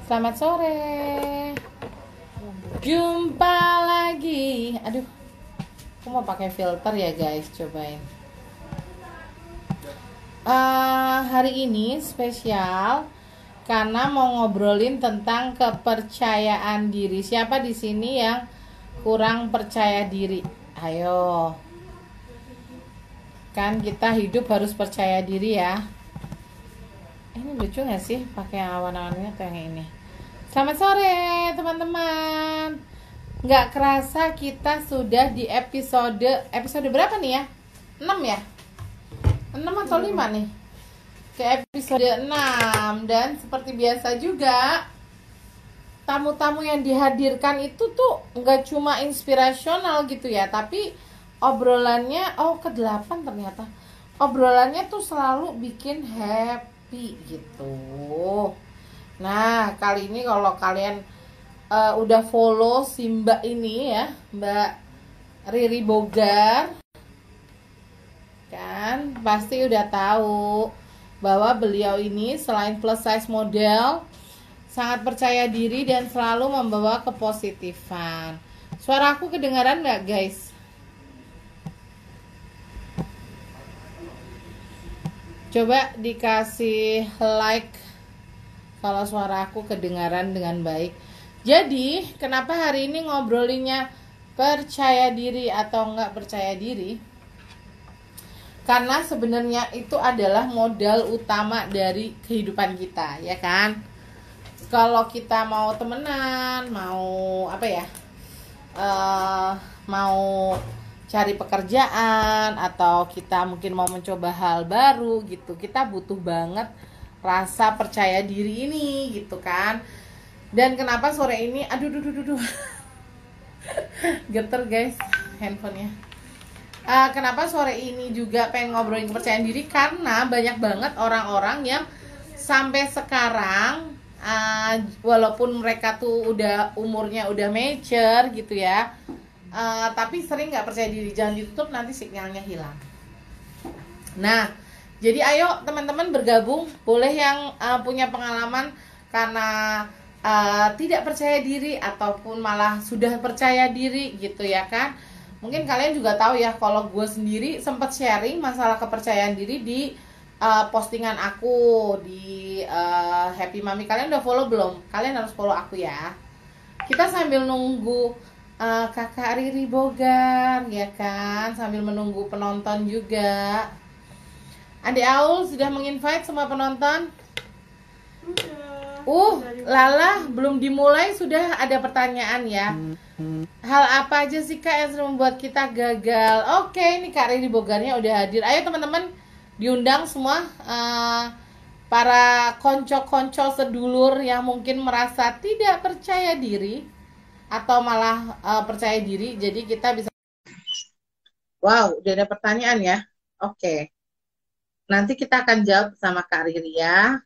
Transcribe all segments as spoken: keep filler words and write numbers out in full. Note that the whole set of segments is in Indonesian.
Selamat sore. Jumpa lagi. Aduh, aku mau pakai filter ya guys, cobain. Uh, hari ini spesial karena mau ngobrolin tentang kepercayaan diri. Siapa di sini yang kurang percaya diri? Ayo. Kan kita hidup harus percaya diri ya. Ini lucu gak sih pakai awan-awannya atau yang ini? Selamat sore teman-teman. Gak kerasa kita sudah di episode Episode berapa nih ya? enam ya? enam atau lima nih? Ke episode enam. Dan seperti biasa juga, tamu-tamu yang dihadirkan itu tuh gak cuma inspirasional gitu ya, tapi obrolannya, oh ke delapan ternyata. Obrolannya tuh selalu bikin happy gitu. Nah, kali ini kalau kalian uh, udah follow si Mbak ini ya, Mbak Riri Bogar, kan pasti udah tahu bahwa beliau ini selain plus size model, sangat percaya diri dan selalu membawa kepositifan. Suara aku kedengaran nggak guys? Coba dikasih like kalau suara aku kedengaran dengan baik. Jadi, kenapa hari ini ngobrolinnya percaya diri atau enggak percaya diri? Karena sebenarnya itu adalah modal utama dari kehidupan kita, ya kan? Kalau kita mau temenan, mau apa ya? Uh, mau cari pekerjaan atau kita mungkin mau mencoba hal baru gitu, kita butuh banget rasa percaya diri ini gitu kan. Dan kenapa sore ini aduh duh duh duh, duh. Geter guys handphonenya. Uh, kenapa sore ini juga pengen ngobrolin kepercayaan diri? Karena banyak banget orang-orang yang sampai sekarang uh, walaupun mereka tuh udah umurnya udah mature gitu ya, uh, tapi sering nggak percaya diri. Jangan ditutup, nanti sinyalnya hilang. Nah, jadi ayo teman-teman bergabung. Boleh yang uh, punya pengalaman karena uh, tidak percaya diri ataupun malah sudah percaya diri gitu ya kan. Mungkin kalian juga tahu ya, kalau gue sendiri sempat sharing masalah kepercayaan diri di uh, postingan aku di uh, Happy Mami. Kalian udah follow belum? Kalian harus follow aku ya. Kita sambil nunggu uh, Kakak Riri Bogar ya kan, sambil menunggu penonton juga. Adik Aul sudah menginvite semua penonton? Udah. Uh, Lala belum dimulai sudah ada pertanyaan ya. Hal apa aja sih Kak yang sering membuat kita gagal? Oke, ini Kak Riri Bogarnya udah hadir. Ayo teman-teman diundang semua, uh, para konco-konco sedulur yang mungkin merasa tidak percaya diri atau malah uh, percaya diri. Jadi kita bisa. Wow, udah ada pertanyaan ya. Oke. Nanti kita akan jawab sama Kak Riri ya.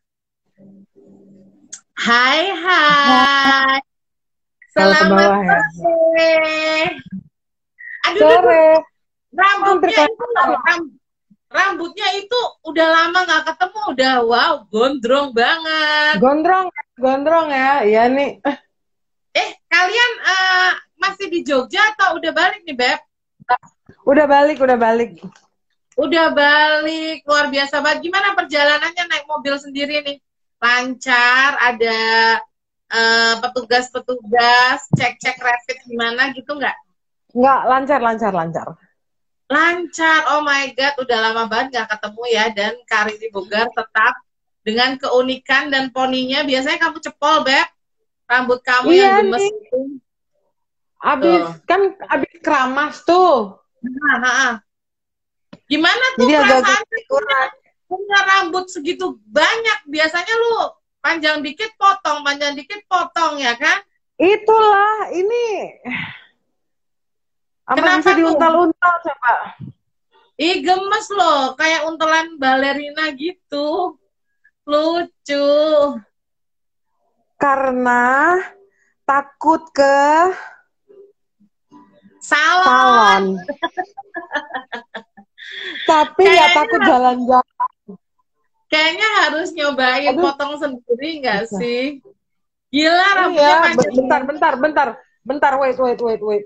Hai, hai. Selamat sore. Aduh, sore. Rambutnya itu, rambutnya itu udah lama nggak ketemu, udah wow, gondrong banget. Gondrong, gondrong ya, iya nih. Eh, kalian uh, masih di Jogja atau udah balik nih, Beb? Udah balik, udah balik. Udah balik, luar biasa banget. Gimana perjalanannya naik mobil sendiri nih? Lancar, ada uh, petugas-petugas, cek-cek rapid gimana gitu nggak? Nggak, lancar, lancar, lancar. Lancar, oh my God, udah lama banget nggak ketemu ya. Dan Kak Riri Bogar tetap dengan keunikan dan poninya. Biasanya kamu cepol, Beb. Rambut kamu iya yang gemes nih. itu. Abis, tuh. Kan abis keramas tuh. Nah, nah, nah. Gimana tuh perasaannya punya, punya rambut segitu banyak? Biasanya lu panjang dikit potong, panjang dikit potong ya kan? Itulah, ini apa bisa diuntal-untal coba? Ih gemes loh, kayak untelan balerina gitu. Lucu. Karena takut ke salon. salon. Tapi nggak takut jalan-jalan. Kayaknya harus nyobain Aduh. potong sendiri nggak sih? Gila, rambutnya Iya, panjang bentar, banget. bentar, bentar, bentar, wait, wait, wait, wait.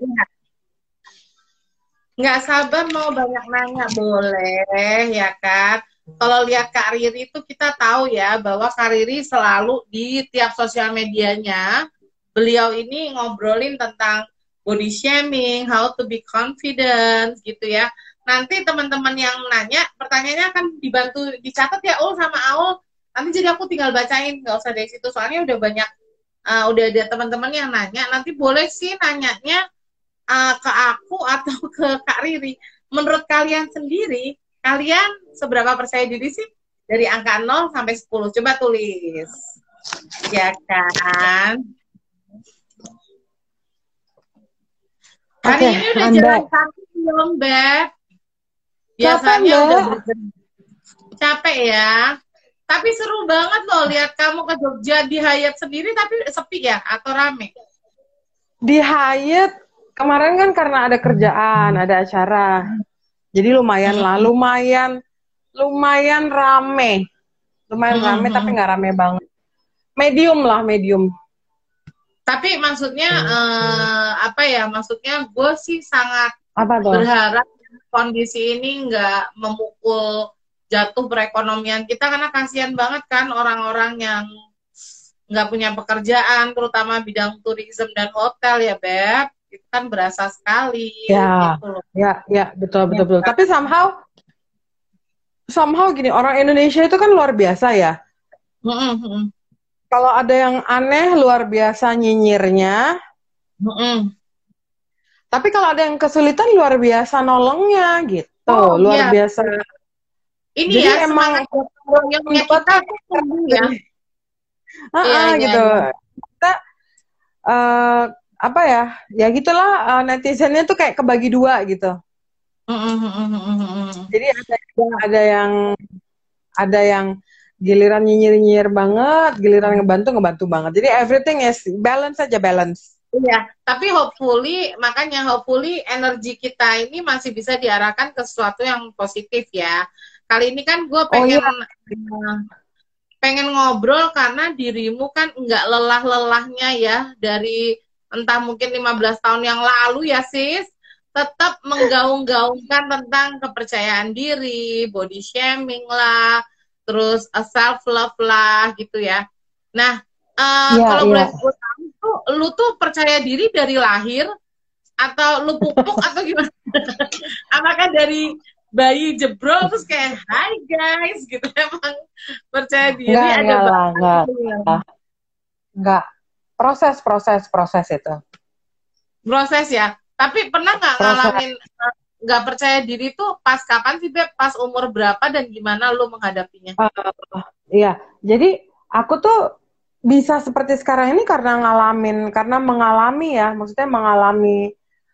Nggak sabar mau banyak nanya, boleh ya kan? Kalau lihat Kak Riri itu kita tahu ya bahwa Kak Riri selalu di tiap sosial medianya beliau ini ngobrolin tentang body shaming, how to be confident gitu ya. Nanti teman-teman yang nanya pertanyaannya akan dibantu dicatat ya Ul sama Aul. Nanti jadi aku tinggal bacain, nggak usah dari situ soalnya udah banyak uh, udah ada teman-teman yang nanya. Nanti boleh sih nanyanya uh, ke aku atau ke Kak Riri. Menurut kalian sendiri, kalian seberapa percaya diri sih dari angka nol sampai sepuluh? Coba tulis. Ya kan? Hari Oke, ini udah Anda. jalan kaki belum, Beb? Biasanya Capek, udah Mbak. bergerak. Capek ya. Tapi seru banget loh lihat kamu ke Jogja di Hyatt sendiri tapi sepi ya atau rame? Di Hyatt kemarin kan karena ada kerjaan, ada acara. Jadi lumayan lah, lumayan lumayan rame. Lumayan rame tapi nggak rame banget. Medium lah, medium. Tapi maksudnya eh, apa ya? Maksudnya gue sih sangat Apa tuh? berharap kondisi ini nggak memukul jatuh perekonomian kita karena kasihan banget kan orang-orang yang nggak punya pekerjaan, terutama bidang tourism dan hotel ya Beb. Itu kan berasa sekali Ya, gitu loh. ya, ya, betul, Ya, betul, betul. Tapi somehow, somehow gini, orang Indonesia itu kan luar biasa ya. mm -mm, Kalau ada yang aneh, luar biasa nyinyirnya. mm -mm. Tapi kalau ada yang kesulitan, luar biasa nolongnya gitu. Oh Luar iya, biasa. ini Jadi ya emang semangat royongnya kita tuh tumbuh ya. Ah, Iya, ah, iya, gitu. iya. Kita eh, apa ya? Ya gitulah eh, netizennya tuh kayak kebagi dua gitu. Mm, mm, mm, mm, mm, mm. Jadi ada ada yang ada yang giliran nyinyir-nyinyir banget, giliran ngebantu ngebantu banget. Jadi everything is balance aja balance. Iya, tapi hopefully, makanya hopefully energi kita ini masih bisa diarahkan ke sesuatu yang positif ya. Kali ini kan gue Oh iya, pengen eh, pengen ngobrol karena dirimu kan nggak lelah-lelahnya ya dari entah mungkin lima belas tahun yang lalu ya sis, tetap menggaung-gaungkan tentang kepercayaan diri, body shaming lah, terus self love lah gitu ya. Nah, eh, iya, kalau iya. boleh gue tahu tuh, lu tuh percaya diri dari lahir atau lu pupuk atau gimana? Apakah dari bayi jebrol terus kayak hai guys gitu emang percaya diri Enggak, ada enggak lah, bakat enggak. gitu ya. Enggak. Proses, proses, proses itu. Proses ya. Tapi pernah nggak Proses. ngalamin eh, nggak percaya diri tuh pas kapan sih Beb? Pas umur berapa dan gimana lu menghadapinya? Uh, iya, jadi aku tuh bisa seperti sekarang ini karena ngalamin, karena mengalami ya, maksudnya mengalami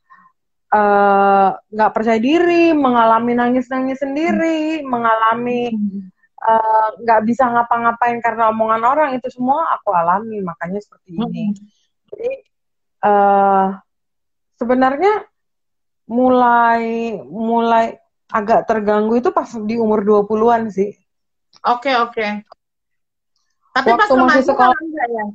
eh, nggak uh, percaya diri, mengalami nangis-nangis sendiri, mengalami eh, nggak uh, bisa ngapa-ngapain karena omongan orang, itu semua aku alami, makanya seperti ini. Jadi uh, sebenarnya mulai mulai agak terganggu itu pas di umur dua puluhan sih. Oke, oke. Tapi pas Waktu masih remaja sekolah. malah enggak ya?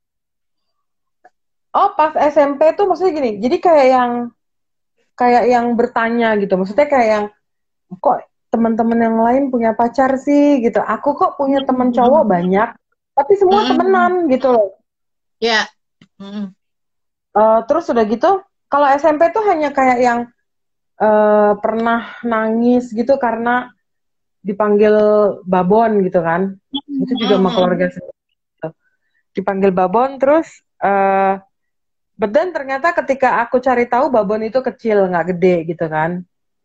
Oh, pas S M P tuh maksudnya gini. Jadi kayak yang kayak yang bertanya gitu. Maksudnya kayak yang kok teman-teman yang lain punya pacar sih gitu. Aku kok punya teman cowok banyak, tapi semua temenan gitu loh. Ya. Uh, terus udah gitu, kalau S M P tuh hanya kayak yang uh, pernah nangis gitu karena dipanggil babon gitu kan. Itu juga sama keluarga sendiri. Dipanggil babon terus uh, but then ternyata ketika aku cari tahu babon itu kecil, nggak gede gitu kan.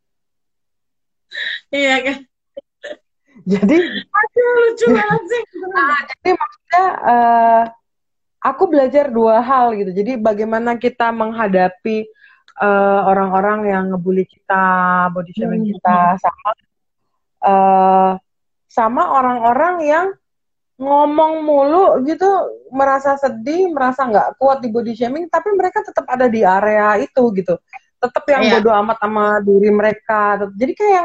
Iya kan. Jadi aduh lucu banget sih. Nah, jadi maksudnya uh, aku belajar dua hal gitu. Jadi bagaimana kita menghadapi uh, orang-orang yang ngebully kita, body shaming kita, sama uh, sama orang-orang yang ngomong mulu gitu, merasa sedih, merasa nggak kuat di body shaming, tapi mereka tetap ada di area itu gitu, tetap yang Iya. bodoh amat sama diri mereka. Jadi kayak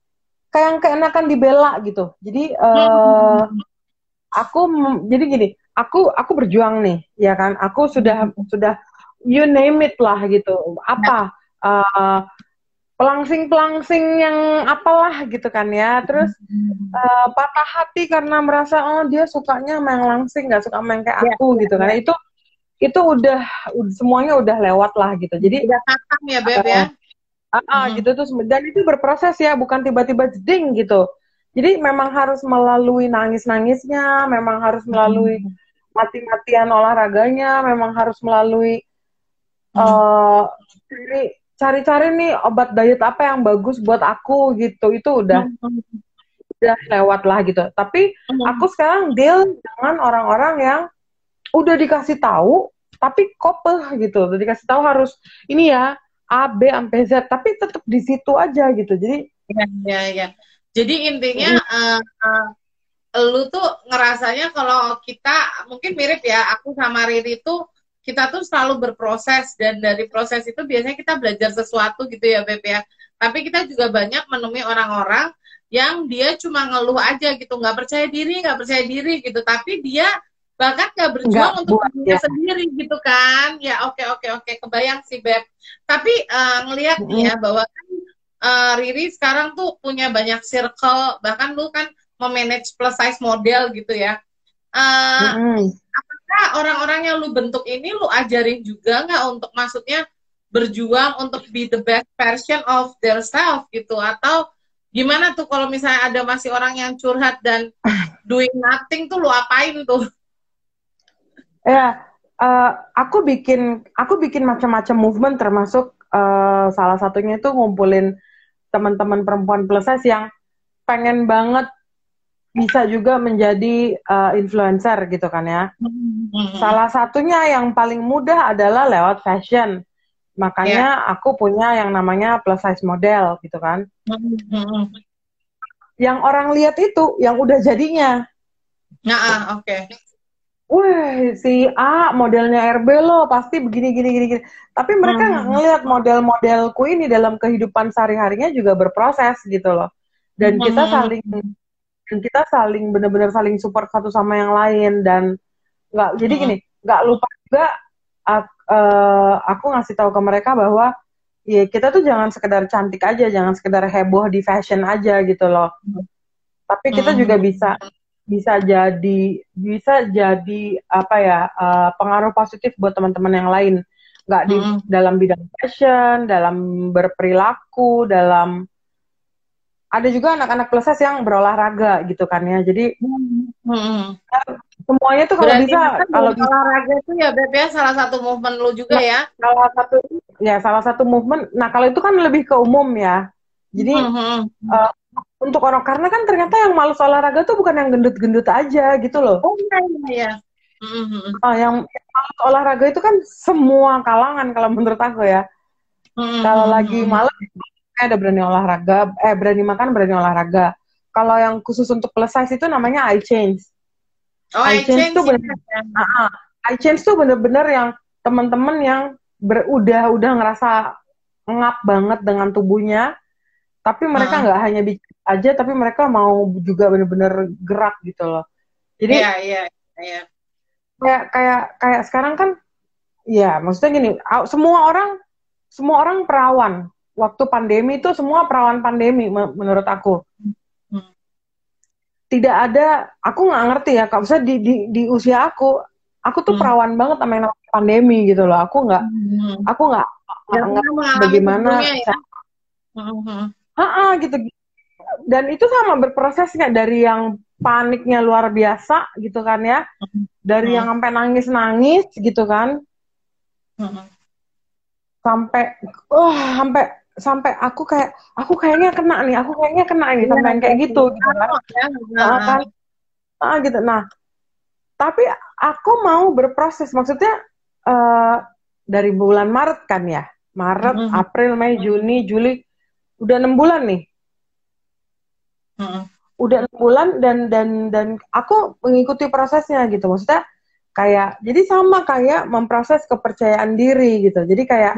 kayak yang keenakan dibela gitu. Jadi uh, aku jadi gini, aku aku berjuang nih, ya kan? Aku sudah sudah you name it lah gitu. Apa uh, pelangsing-pelangsing yang apalah gitu kan ya. Terus uh, patah hati karena merasa oh dia sukanya main langsing, nggak suka main kayak Ya, aku ya, gitu kan. ya. Itu itu udah, udah semuanya udah lewat lah gitu. Jadi Udah kakak ya Beb ya. uh, ah, ah, Hmm. gitu tuh, dan itu berproses ya, bukan tiba-tiba jeding gitu. Jadi memang harus melalui nangis-nangisnya, memang harus melalui Hmm. mati-matian olahraganya, memang harus melalui Hmm. uh, cari cari-cari nih obat diet apa yang bagus buat aku gitu. Itu udah Hmm. udah lewat lah gitu. Tapi aku Hmm. sekarang deal dengan orang-orang yang udah dikasih tahu tapi kopeh gitu. Udah dikasih tahu harus ini ya A, B, sampai Z, tapi tetap di situ aja gitu. Jadi Ya, ya, ya. Jadi intinya uh, uh, lu tuh ngerasanya kalau kita mungkin mirip ya, aku sama Riri tuh kita tuh selalu berproses dan dari proses itu biasanya kita belajar sesuatu gitu ya Beb ya. Tapi kita juga banyak menemui orang-orang yang dia cuma ngeluh aja gitu, nggak percaya diri, nggak percaya diri gitu. Tapi dia bahkan nggak nggak berjuang untuk buat dirinya ya. sendiri gitu kan. Ya oke oke oke kebayang sih Beb. Tapi uh, ngelihat nih ya bahwa kan uh, Riri sekarang tuh punya banyak circle, bahkan lu kan memanage plus size model gitu ya. Uh, Mm-mm. apakah orang-orang yang lu bentuk ini lu ajarin juga nggak untuk maksudnya berjuang untuk be the best version of their self gitu, atau gimana tuh kalau misalnya ada masih orang yang curhat dan doing nothing tuh lu apain tuh? Ya, uh, aku bikin aku bikin macam-macam movement, termasuk uh, salah satunya itu ngumpulin teman-teman perempuan plus size yang pengen banget bisa juga menjadi uh, influencer gitu kan ya. Salah satunya yang paling mudah adalah lewat fashion. Makanya Ya. aku punya yang namanya plus size model gitu kan. Yang orang lihat itu yang udah jadinya. Nah, oke. Okay. Wah, si A modelnya R B loh, pasti begini gini gini gini. Tapi mereka nggak Hmm. ngelihat model-modelku ini dalam kehidupan sehari-harinya juga berproses gitu loh. Dan kita saling dan kita saling benar-benar saling support satu sama yang lain. Dan nggak, jadi gini, nggak lupa juga uh, uh, aku ngasih tahu ke mereka bahwa ya kita tuh jangan sekedar cantik aja, jangan sekedar heboh di fashion aja gitu loh. Tapi kita juga bisa bisa jadi bisa jadi apa ya uh, pengaruh positif buat teman-teman yang lain, nggak di Hmm. dalam bidang fashion, dalam berperilaku, dalam ada juga anak-anak plus size yang berolahraga gitu kan ya. Jadi Hmm. semuanya tuh kalau Berarti bisa kan kalau bisa olahraga itu ya Beb ya salah satu movement lu juga nah, ya. salah satu ya salah satu movement. Nah kalau itu kan lebih ke umum ya. Jadi Hmm. uh, untuk orang, karena kan ternyata yang malas olahraga tuh bukan yang gendut-gendut aja gitu loh. Oh iya iya. Ya. Hmm. Uh, yang, yang malas olahraga itu kan semua kalangan kalau menurut aku ya. Hmm. Kalau lagi malas ada berani olahraga, eh berani makan, berani olahraga. Kalau yang khusus untuk plus size itu namanya I change. Oh, I I change change tuh ya. bener, uh, I change tuh bener-bener yang teman-teman yang ber, udah udah ngerasa ngap banget dengan tubuhnya, tapi mereka nggak Uh-uh. hanya bikin aja, tapi mereka mau juga bener-bener gerak gitu loh. Jadi Iya iya iya. kayak kayak kayak sekarang kan, ya maksudnya gini, semua orang semua orang perawan. Waktu pandemi itu semua perawan pandemi menurut aku. Hmm. Tidak ada, aku nggak ngerti ya, kalau misalnya di, di, di usia aku, aku tuh Hmm. perawan banget sama yang namanya pandemi gitu loh. Aku nggak, Hmm. aku nggak Yang nggak mengalami bagaimana, sebelumnya ya. Hmm. ha gitu. Dan itu sama berprosesnya, dari yang paniknya luar biasa gitu kan ya, dari yang sampai nangis-nangis gitu kan, Hmm. sampai, oh sampai sampai aku kayak, aku kayaknya kena nih, aku kayaknya kena nih, Iya, sampai kayak gitu, iya. gitu kan, Ya, nah, nah. kan, nah, gitu. Nah, tapi aku mau berproses, maksudnya uh, dari bulan Maret kan ya, Maret, Hmm. April, Mei, Juni, Juli, udah enam bulan nih, Hmm. udah enam bulan dan dan dan aku mengikuti prosesnya gitu, maksudnya kayak, jadi sama kayak memproses kepercayaan diri gitu, jadi kayak,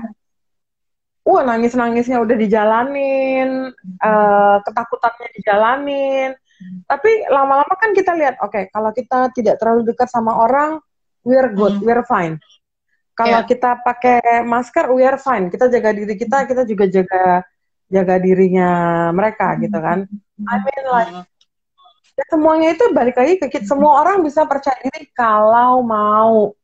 wah nangis-nangisnya udah dijalanin, uh, ketakutannya dijalanin, Tapi lama-lama kan kita lihat, oke, okay, kalau kita tidak terlalu dekat sama orang, we're good, Hmm. we're fine. Kalau Ya. kita pakai masker, we are fine. Kita jaga diri kita, kita juga jaga jaga dirinya mereka gitu kan. I mean like ya semuanya itu balik lagi ke kita. Semua orang bisa percaya diri kalau mau.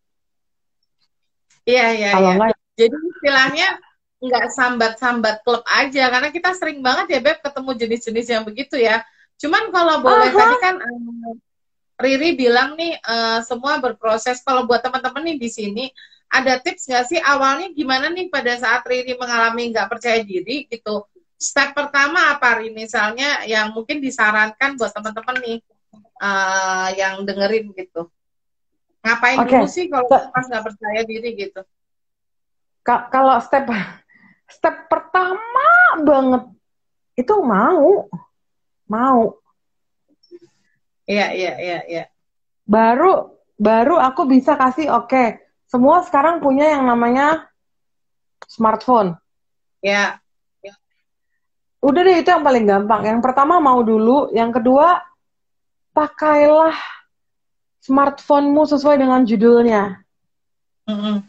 Iya, iya, Kalau iya. enggak, Jadi istilahnya nggak sambat-sambat klub aja, karena kita sering banget ya Beb ketemu jenis-jenis yang begitu ya. Cuman kalau boleh, aha, tadi kan eh, Riri bilang nih eh, semua berproses. Kalau buat teman-teman nih di sini, ada tips nggak sih awalnya gimana nih pada saat Riri mengalami nggak percaya diri gitu? Step pertama apa Riri misalnya yang mungkin disarankan buat teman-teman nih eh, yang dengerin gitu? Ngapain oke. dulu Okay. sih kalau So, pas nggak percaya diri gitu? kalau step step pertama banget itu mau, mau. Iya, iya, iya, iya. Baru baru aku bisa kasih oke. Okay, semua sekarang punya yang namanya smartphone. Ya, Udah deh itu yang paling gampang. Yang pertama mau dulu, yang kedua pakailah smartphone-mu sesuai dengan judulnya. mm-mm,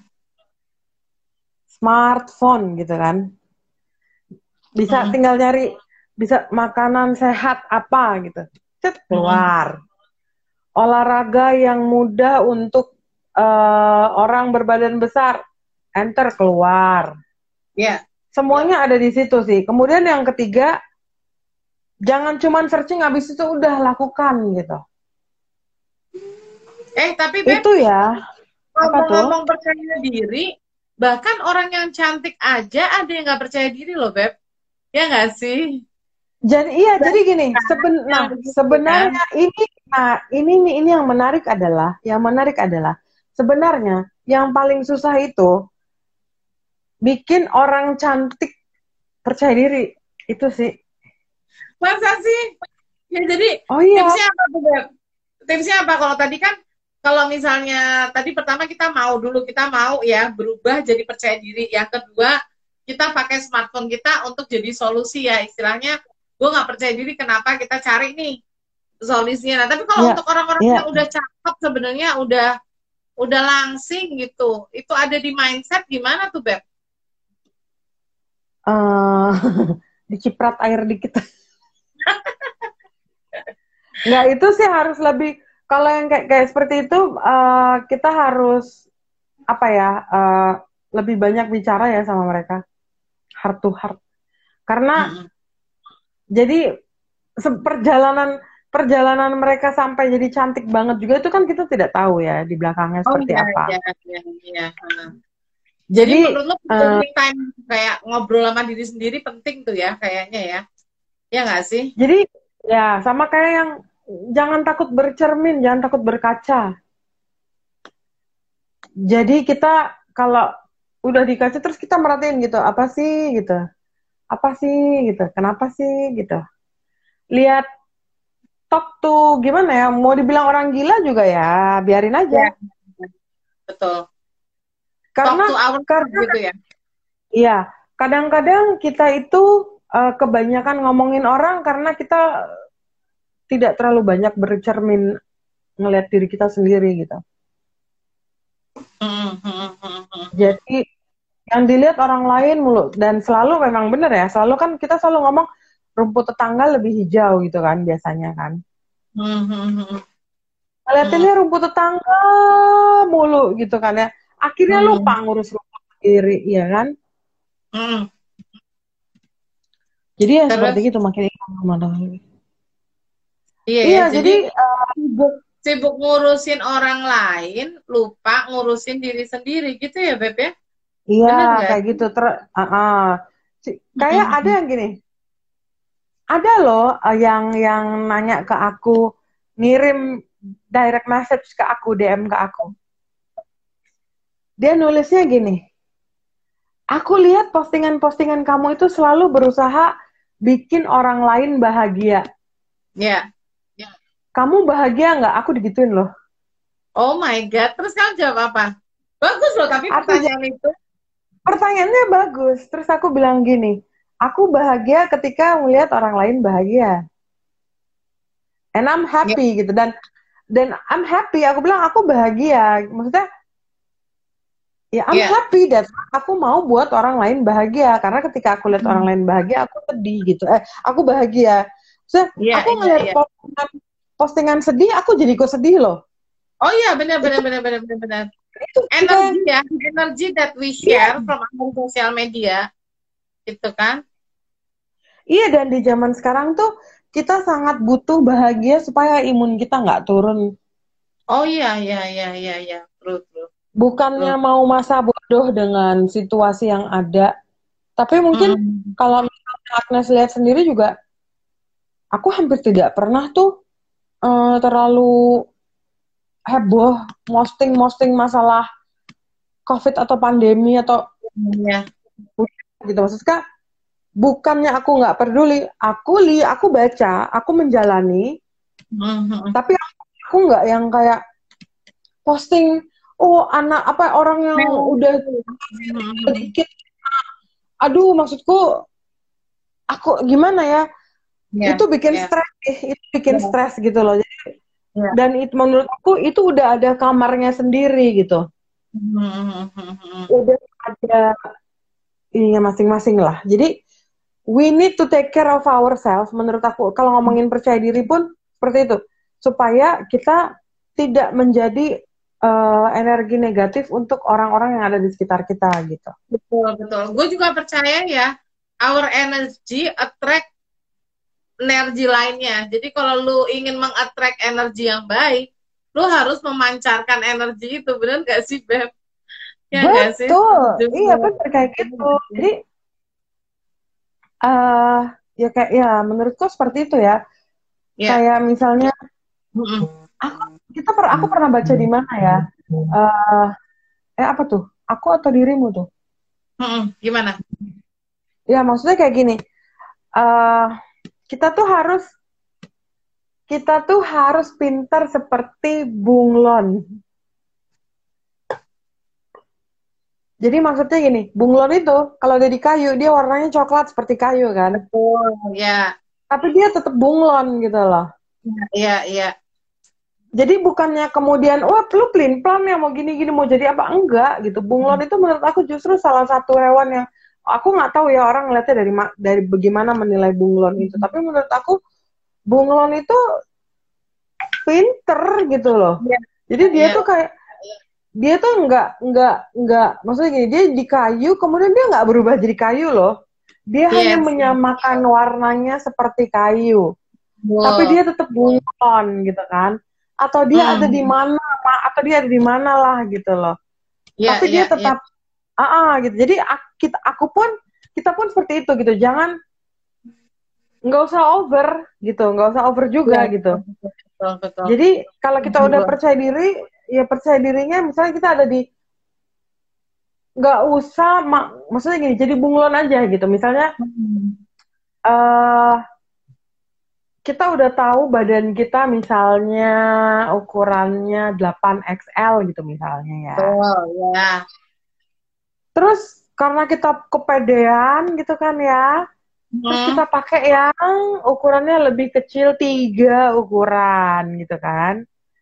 Smartphone gitu kan. Bisa mm-mm, tinggal nyari, bisa makanan sehat apa gitu. Cet, mm-mm. keluar. Olahraga yang mudah untuk uh, orang berbadan besar. Enter, keluar. Ya. Semuanya ada di situ sih. Kemudian yang ketiga, jangan cuman searching habis itu udah lakukan gitu. Eh, tapi Beb, Itu ya. Apa tuh? ngomong-ngomong percaya diri, bahkan orang yang cantik aja ada yang nggak percaya diri loh, Beb. Ya nggak sih? Jadi iya, jadi gini, seben, Yang nah begitu kan? sebenarnya ini, nah ini nih ini yang menarik adalah, yang menarik adalah sebenarnya yang paling susah itu bikin orang cantik percaya diri itu sih. Masa sih? Ya jadi Oh iya, tipsnya apa tuh, Beb? Tipsnya apa? Kalau tadi kan, kalau misalnya tadi pertama kita mau dulu, kita mau ya berubah jadi percaya diri. Yang kedua, kita pakai smartphone kita untuk jadi solusi ya. Istilahnya, gue nggak percaya diri, kenapa kita cari nih solusinya. Nah, tapi kalau iya, untuk orang-orang iya. yang udah cakep sebenarnya udah udah langsing gitu, itu ada di mindset gimana tuh, Beb? Eh, diciprat air dikit. Nggak, itu sih harus lebih, kalau yang kayak, kayak seperti itu eh, kita harus apa ya, eh, lebih banyak bicara ya sama mereka, heart to heart. Karena Mm-mm. jadi perjalanan perjalanan mereka sampai jadi cantik banget juga itu kan kita tidak tahu ya di belakangnya Oh seperti iya, apa. iya, iya, iya. Heeh. Jadi Jadi menurut lo eh, quality time kayak ngobrol sama diri sendiri penting tuh ya kayaknya ya. Ya nggak sih? jadi ya sama kayak yang jangan takut bercermin, jangan takut berkaca. Jadi kita kalau udah di kaca terus kita merhatiin gitu, apa sih gitu, apa sih gitu, kenapa sih gitu. Lihat talk tuh gimana ya, mau dibilang orang gila juga ya, biarin aja. Ya, betul. Talk Karena to ourselves karena gitu ya. iya, kadang-kadang kita itu uh, kebanyakan ngomongin orang karena kita tidak terlalu banyak bercermin ngelihat diri kita sendiri gitu. Hmm, hmm, hmm, hmm, hmm. Jadi yang dilihat orang lain mulu, dan selalu memang benar ya, selalu kan kita selalu ngomong rumput tetangga lebih hijau gitu kan biasanya kan. Hmm, hmm, hmm, hmm, Ngeliatinnya rumput tetangga mulu gitu kan ya. Akhirnya lupa hmm, ngurus rumput sendiri, ya kan? hmm. Jadi ya seperti Terus itu makin ingat memandang. iya ya, Iya, jadi jadi uh, sibuk sibuk ngurusin orang lain, lupa ngurusin diri sendiri gitu ya, Beb ya? iya Bener nggak kayak sih? gitu. Ter, uh, uh. Hmm, Kayak hmm, ada hmm. yang gini, ada loh uh, yang yang nanya ke aku, ngirim direct message ke aku, D M ke aku. Dia nulisnya gini, aku lihat postingan-postingan kamu itu selalu berusaha bikin orang lain bahagia. Ya. Kamu bahagia nggak? Aku digituin loh. Oh my God. Terus kamu jawab apa? Bagus loh, tapi Aku pertanyaan itu. pertanyaannya bagus. Terus aku bilang gini, aku bahagia ketika melihat orang lain bahagia. and I'm Ya, happy gitu. Dan dan I'm happy, aku bilang aku bahagia, maksudnya ya I'm ya, happy that aku mau buat orang lain bahagia, karena ketika aku lihat orang lain bahagia aku sedih gitu, eh aku bahagia. So, ya, aku ya, ngeliat ya. postingan, postingan sedih aku jadi ikut sedih loh. Oh iya, benar, benar, itu benar, benar, benar, benar. itu Energi sebenarnya ya, energi that we iya. share from our social media, gitu kan? Iya, dan di zaman sekarang tuh kita sangat butuh bahagia supaya imun kita nggak turun. Oh iya, iya, iya, iya, iya, true, true, Bukannya true. mau masa bodoh dengan situasi yang ada, tapi mungkin Mm-mm. kalau misalnya Agnes lihat sendiri juga, aku hampir tidak pernah tuh eh, terlalu heboh posting-posting masalah COVID atau pandemi atau Iya. gitu. Maksudnya bukannya aku nggak peduli, aku li, aku baca, aku menjalani, Mhm. tapi aku nggak yang kayak posting, oh anak apa orang yang udah Mhm. sedikit, aduh maksudku aku gimana ya, itu Ya, bikin ya, stres, itu bikin ya, stres gitu loh. ya. Dan itu menurut aku itu udah ada kamarnya sendiri gitu, Mhm. udah ada ininya masing-masing lah. Jadi we need to take care of ourselves. Menurut aku kalau ngomongin percaya diri pun seperti itu, supaya kita tidak menjadi uh, energi negatif untuk orang-orang yang ada di sekitar kita gitu. Betul, betul. Gue juga percaya ya, our energy attract energi lainnya. Jadi kalau lu ingin mengattract energi yang baik, lu harus memancarkan energi itu. Bener gak sih, Beb? Ya gak sih? Betul, iya Betul. benar kayak gitu. Jadi uh, ya kayak ya menurutku seperti itu ya. Ya. Kayak misalnya Mm-mm. aku kita per, aku pernah baca di mana ya? Uh, eh apa tuh? Aku atau dirimu tuh? Mm-mm. Gimana? Ya maksudnya kayak gini. Uh, kita tuh harus kita tuh harus pintar seperti bunglon. Jadi maksudnya gini, bunglon itu kalau udah di kayu dia warnanya coklat seperti kayu kan. Betul, ya. Tapi dia tetap bunglon gitu loh. Iya, iya. Jadi bukannya kemudian, wah lu pelin plan ya mau gini-gini mau jadi apa, enggak gitu. Bunglon itu menurut aku justru salah satu hewan yang aku nggak tahu ya orang ngeliatnya dari dari bagaimana menilai bunglon itu. Tapi menurut aku bunglon itu pinter gitu loh. Iya, Jadi dia iya. tuh kayak dia tuh nggak nggak nggak maksudnya gini, dia di kayu kemudian dia nggak berubah jadi kayu loh. Dia hanya Yes. menyamakan warnanya seperti kayu, tapi dia Wow. tetap bunglon gitu kan. Atau dia ada di Mm. mana, atau dia ada di mana lah gitu loh. Iya, Tapi iya, dia iya. tetap ah ah, gitu. Jadi kita aku pun kita pun seperti itu gitu. Jangan nggak usah over gitu, nggak usah over Iya, juga gitu. betul, betul, betul. Jadi kalau kita Setuju udah gua. percaya diri, ya percaya dirinya misalnya kita ada di nggak usah mak maksudnya gini, jadi bunglon aja gitu. Misalnya Hmm. uh, kita udah tahu badan kita misalnya ukurannya delapan X L gitu misalnya ya. Betul, ya. Terus karena kita kepedean gitu kan ya, terus kita Hmm. pakai yang ukurannya lebih kecil tiga ukuran gitu kan.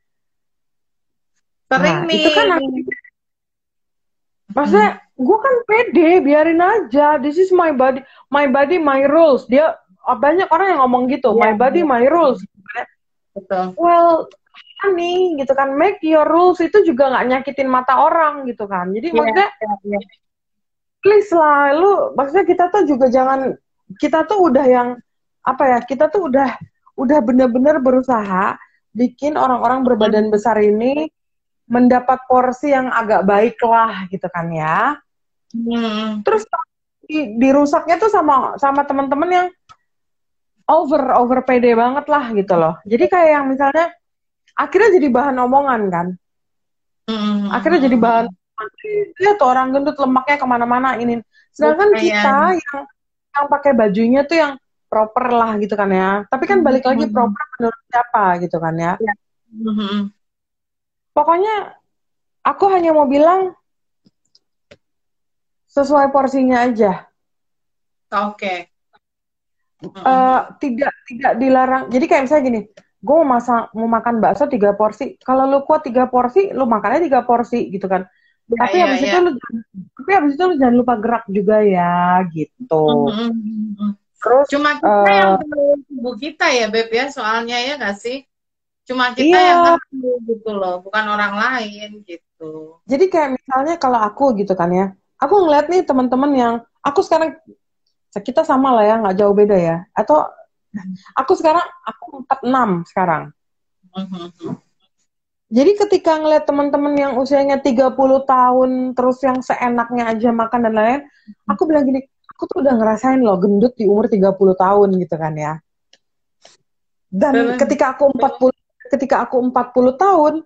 Sering Nah, itu kan nih. maksudnya Hmm. gue kan pede, biarin aja. This is my body, my body, my rules. Dia banyak orang yang ngomong gitu, Iya, my body, iya, my rules. betul. Well, nih gitu kan, make your rules itu juga nggak nyakitin mata orang gitu kan. Jadi Iya, maksudnya iya, iya. please lah, lu maksudnya kita tuh juga jangan, kita tuh udah yang apa ya, kita tuh udah udah bener-bener berusaha bikin orang-orang berbadan Hmm. besar ini mendapat porsi yang agak baik lah gitu kan ya. Hmm. Terus di, dirusaknya tuh sama sama teman-teman yang over over pede banget lah gitu loh. Jadi kayak yang misalnya akhirnya jadi bahan omongan kan. Akhirnya jadi bahan, Hmm. lihat tuh orang gendut lemaknya kemana-mana ini. Sedangkan kita Lumayan. yang yang pakai bajunya tuh yang proper lah gitu kan ya. Tapi kan balik lagi Hmm. proper menurut siapa gitu kan ya. Ya. Hmm. Pokoknya aku hanya mau bilang sesuai porsinya aja. Oke. Uh, Hmm. tidak tidak dilarang. Jadi kayak misalnya gini, gue mau masa mau makan bakso tiga porsi. Kalau lu kuat tiga porsi, lu makannya tiga porsi gitu kan. Ya, Tapi ya, habis itu ya. lu tapi habis itu lu jangan lupa gerak juga ya gitu. Mm-mm. Terus Cuma kita yang eh tahu tubuh kita ya, Beb ya, soalnya ya nggak sih? Cuma kita yang iya, kenal gitu loh, bukan orang lain gitu. jadi kayak misalnya kalau aku gitu kan ya, aku ngeliat nih teman-teman yang aku sekarang kita sama lah ya, nggak jauh beda ya. Atau aku sekarang aku empat puluh enam sekarang. Mhm. Jadi ketika ngeliat teman-teman yang usianya tiga puluh tahun terus yang seenaknya aja makan dan lain-lain, aku bilang gini, aku tuh udah ngerasain loh gendut di umur tiga puluh tahun gitu kan ya. Dan Terus, ketika aku empat puluh ketika aku empat puluh tahun,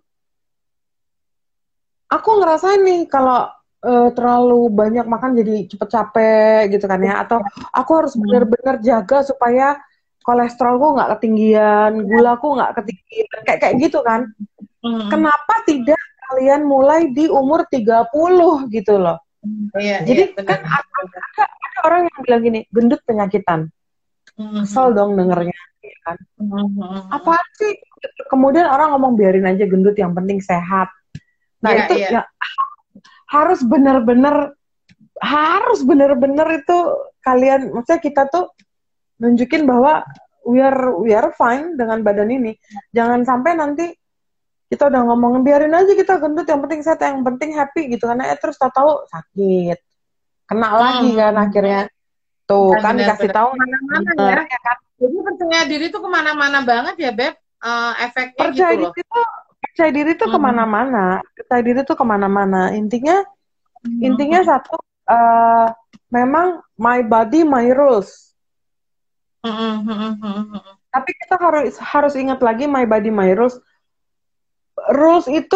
aku ngerasain nih kalau eh, terlalu banyak makan jadi cepet capek gitu kan ya, atau aku harus hmm, bener-bener jaga supaya kolesterolku nggak ketinggian, gulaku nggak ketinggian, kayak kayak gitu kan. hmm, Kenapa tidak kalian mulai di umur tiga puluh gitu loh. iya, iya, Jadi benar. kan ada, ada, ada orang yang bilang gini, gendut penyakitan. Kesel Mhm. dong dengernya, ya kan. Mhm. Apa sih? Kemudian orang ngomong biarin aja gendut, yang penting sehat. Nah Iya, itu iya. ya harus bener-bener harus bener-bener itu kalian, maksudnya kita tuh nunjukin bahwa we are we are fine dengan badan ini. Jangan sampai nanti kita udah ngomong biarin aja kita gendut, yang penting sehat, yang penting happy gitu karena eh, terus tahu-tahu sakit, kena lagi kan Mhm. akhirnya tuh kan dikasih Benar-benar. tahu Kemana-mana bener ya. ya kan. Jadi percaya diri tuh kemana-mana banget ya, Beb. Eh, efeknya gitu Percaya loh. diri tuh percaya diri tuh Mhm. kemana-mana, percaya diri tuh kemana-mana. Intinya intinya Mhm. satu, eh, memang my body my rules. Mhm. Mhm. Tapi kita harus harus ingat lagi my body my rules. Rules itu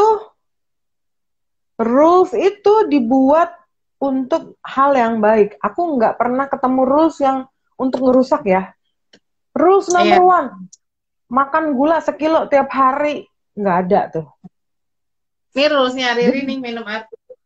rules itu dibuat untuk hal yang baik. Aku nggak pernah ketemu rules yang untuk ngerusak ya. Rules Iya. number one, makan gula sekilo tiap hari. Nggak ada tuh. Ini rulesnya Riri Jadi, nih minum air.